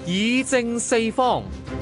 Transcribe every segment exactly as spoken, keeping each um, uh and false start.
議政四方。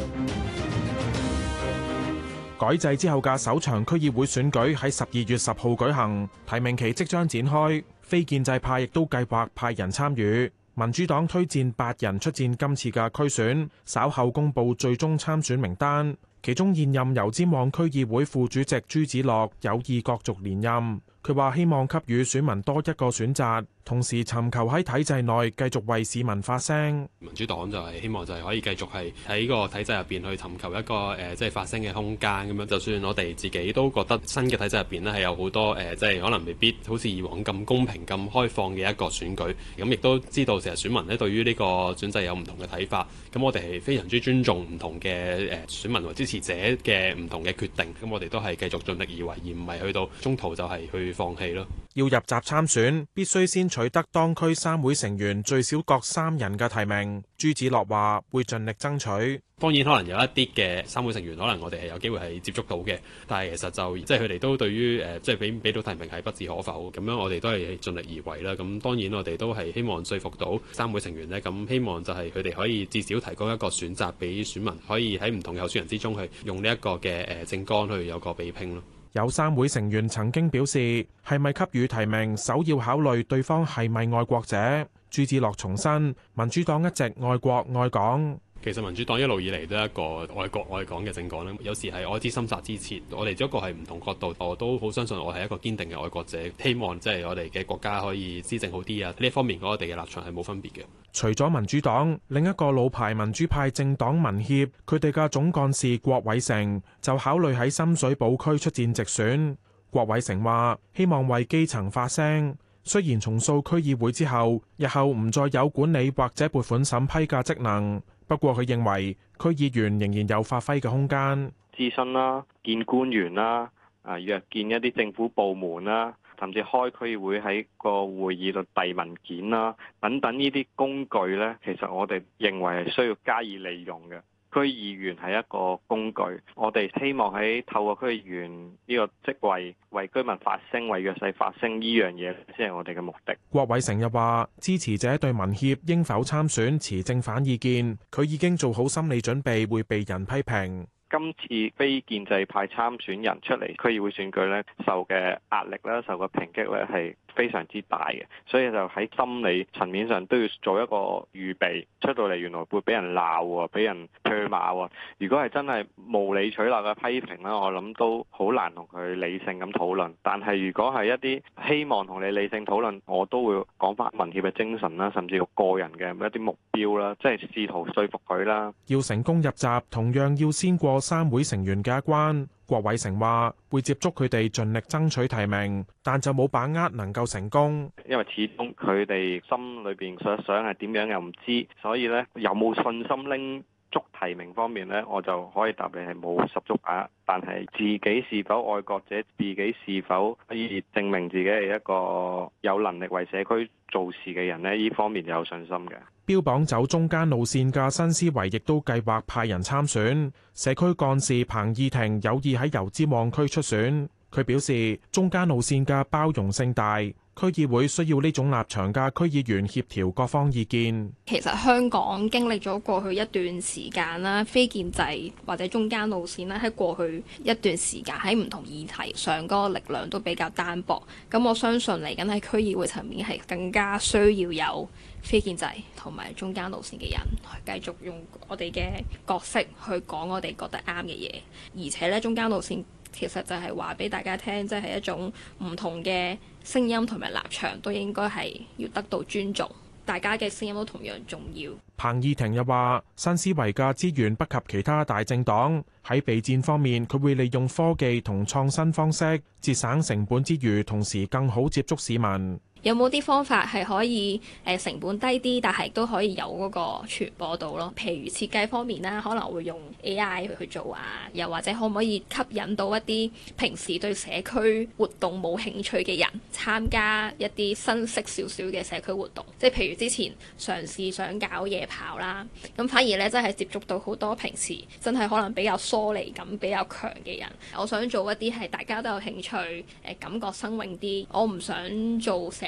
改制之後嘅首場區議會選舉喺十二月十號舉行，提名期即將展開。非建制派亦都計劃派人參與。民主黨推薦八人出戰今次嘅區選，稍後公佈最終參選名單。其中現任油尖旺區議會副主席朱子樂有意角逐連任。佢話希望給予選民多一個選擇，同時尋求喺體制內繼續為市民發聲。 民主黨就係希望就係可以繼續係喺個體制入邊去尋求一個誒即係發聲嘅空間咁樣。就算我哋自己都覺得新嘅體制入邊呢係有好多誒即係可能未必好似以往咁公平咁開放嘅一個選舉。咁亦都知道成日選民呢對於呢個選制有唔同嘅睇法。咁我哋係非常之尊重唔同嘅誒選民或支持者嘅唔同嘅決定。咁我哋都係繼續盡力而為，而唔係去到中途就係去放棄咯。 要入閘參選，必須先取得當區三會成員最少各三人嘅提名。朱子樂話會盡力爭取。 當然可能有一啲嘅三會成員，可能我哋係有機會係接觸到嘅，但係其實就即係佢哋都對於誒即係俾俾到提名係不置可否。咁樣我哋都係盡力而為啦。咁當然我哋都係希望說服到三會成員呢，咁希望就係佢哋可以至少提供一個選擇俾選民，可以喺唔同候選人之中去用呢一個嘅誒政綱去有個比拼咯。 有三會成員曾經表示，係咪給予提名，首要考慮對方係咪愛國者。朱子樂重申，民主黨一直愛國愛港。 其實民主黨一路以嚟都係一個愛國愛港嘅政黨咧，有時係愛之深責之切。我哋只不過係唔同角度，我都好相信我係一個堅定嘅愛國者，希望即係我哋嘅國家可以施政好啲啊！呢一方面，我哋嘅立場係冇分別嘅。 除咗民主黨，另一個老牌民主派政黨民協，佢哋嘅總幹事郭偉成就考慮喺深水埗區出戰直選。郭偉成話：希望為基層發聲。雖然重塑區議會之後，日後唔再有管理或者撥款審批嘅職能。不過佢認為區議員仍然有發揮嘅空間， 諮詢啦、見官員啦、啊約見一啲政府部門啦，甚至開區議會喺個會議度遞文件啦，等等呢啲工具呢，其實我哋認為係需要加以利用嘅。區議員係一個工具，我哋希望喺透過區議員呢個職位為居民發聲、為弱勢發聲呢樣嘢先係我哋嘅目的。 郭偉成又話：支持者對民協應否參選持正反意見，佢已經做好心理準備會被人批評。 今次非建制派參選人出嚟區議會選舉咧，受嘅壓力咧、受嘅抨擊咧係非常之大嘅，所以就喺心理層面上都要做一個預備。出到嚟原來會俾人鬧喎，俾人唾罵喎。如果係真係無理取鬧嘅批評咧，我諗都好難同佢理性咁討論。但係如果係一啲希望同你理性討論，我都會講翻民協嘅精神啦，甚至個個人嘅一啲目標啦，即係試圖說服佢啦。 要成功入閘，同樣要先過三會成員嘅一關。郭偉成話會接觸佢哋，盡力爭取提名，但就冇把握能夠成功。 因為始終佢哋心裏邊所想係點樣又唔知，所以咧有冇信心拎足提名方面咧，我就可以答你係冇十足把握。但係自己是否愛國者，自己是否可以證明自己係一個有能力為社區做事嘅人呢？呢方面有信心嘅。 標榜走中間路線嘅新思維亦都計劃派人參選。社區幹事彭義庭有意喺油尖旺區出選。佢表示，中間路線嘅包容性大，區議會需要呢種立場嘅區議員協調各方意見。 其實香港經歷咗過去一段時間啦，非建制或者中間路線啦，喺過去一段時間喺唔同議題上嗰個力量都比較單薄。咁我相信嚟緊喺區議會層面係更加需要有非建制同埋中間路線嘅人，繼續用我哋嘅角色去講我哋覺得啱嘅嘢。而且咧，中間路線其實就係話俾大家聽，即係一種唔同嘅聲音同埋立場都應該係要得到尊重，大家嘅聲音都同樣重要。 彭義庭又話：新思維嘅資源不及其他大政黨，喺備戰方面，佢會利用科技同創新方式節省成本之餘，同時更好接觸市民。 有冇啲方法係可以誒成本低啲，但係都可以有嗰個傳播度咯？譬如設計方面啦，可能會用 A I 去做啊，又或者可唔可以吸引到一啲平時對社區活動冇興趣嘅人參加一啲新式少少嘅社區活動？即係譬如之前嘗試想搞夜跑啦，咁反而咧真係接觸到好多平時真係可能比較疏離感比較強嘅人。我想做一啲係大家都有興趣誒，感覺生動啲。我唔想做社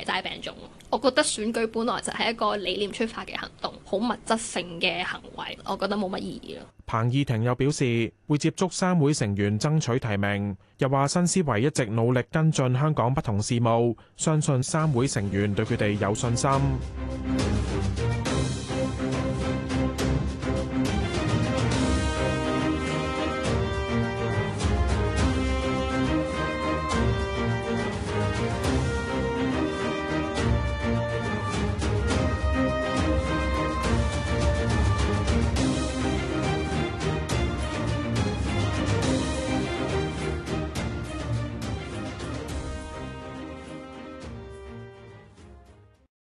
齋餅糭。我覺得選舉本來就係一個理念出發嘅行動，好物質性嘅行為，我覺得冇乜意義咯。 彭義庭又表示會接觸三會成員爭取提名，又話新思維一直努力跟進香港不同事務，相信三會成員對佢哋有信心。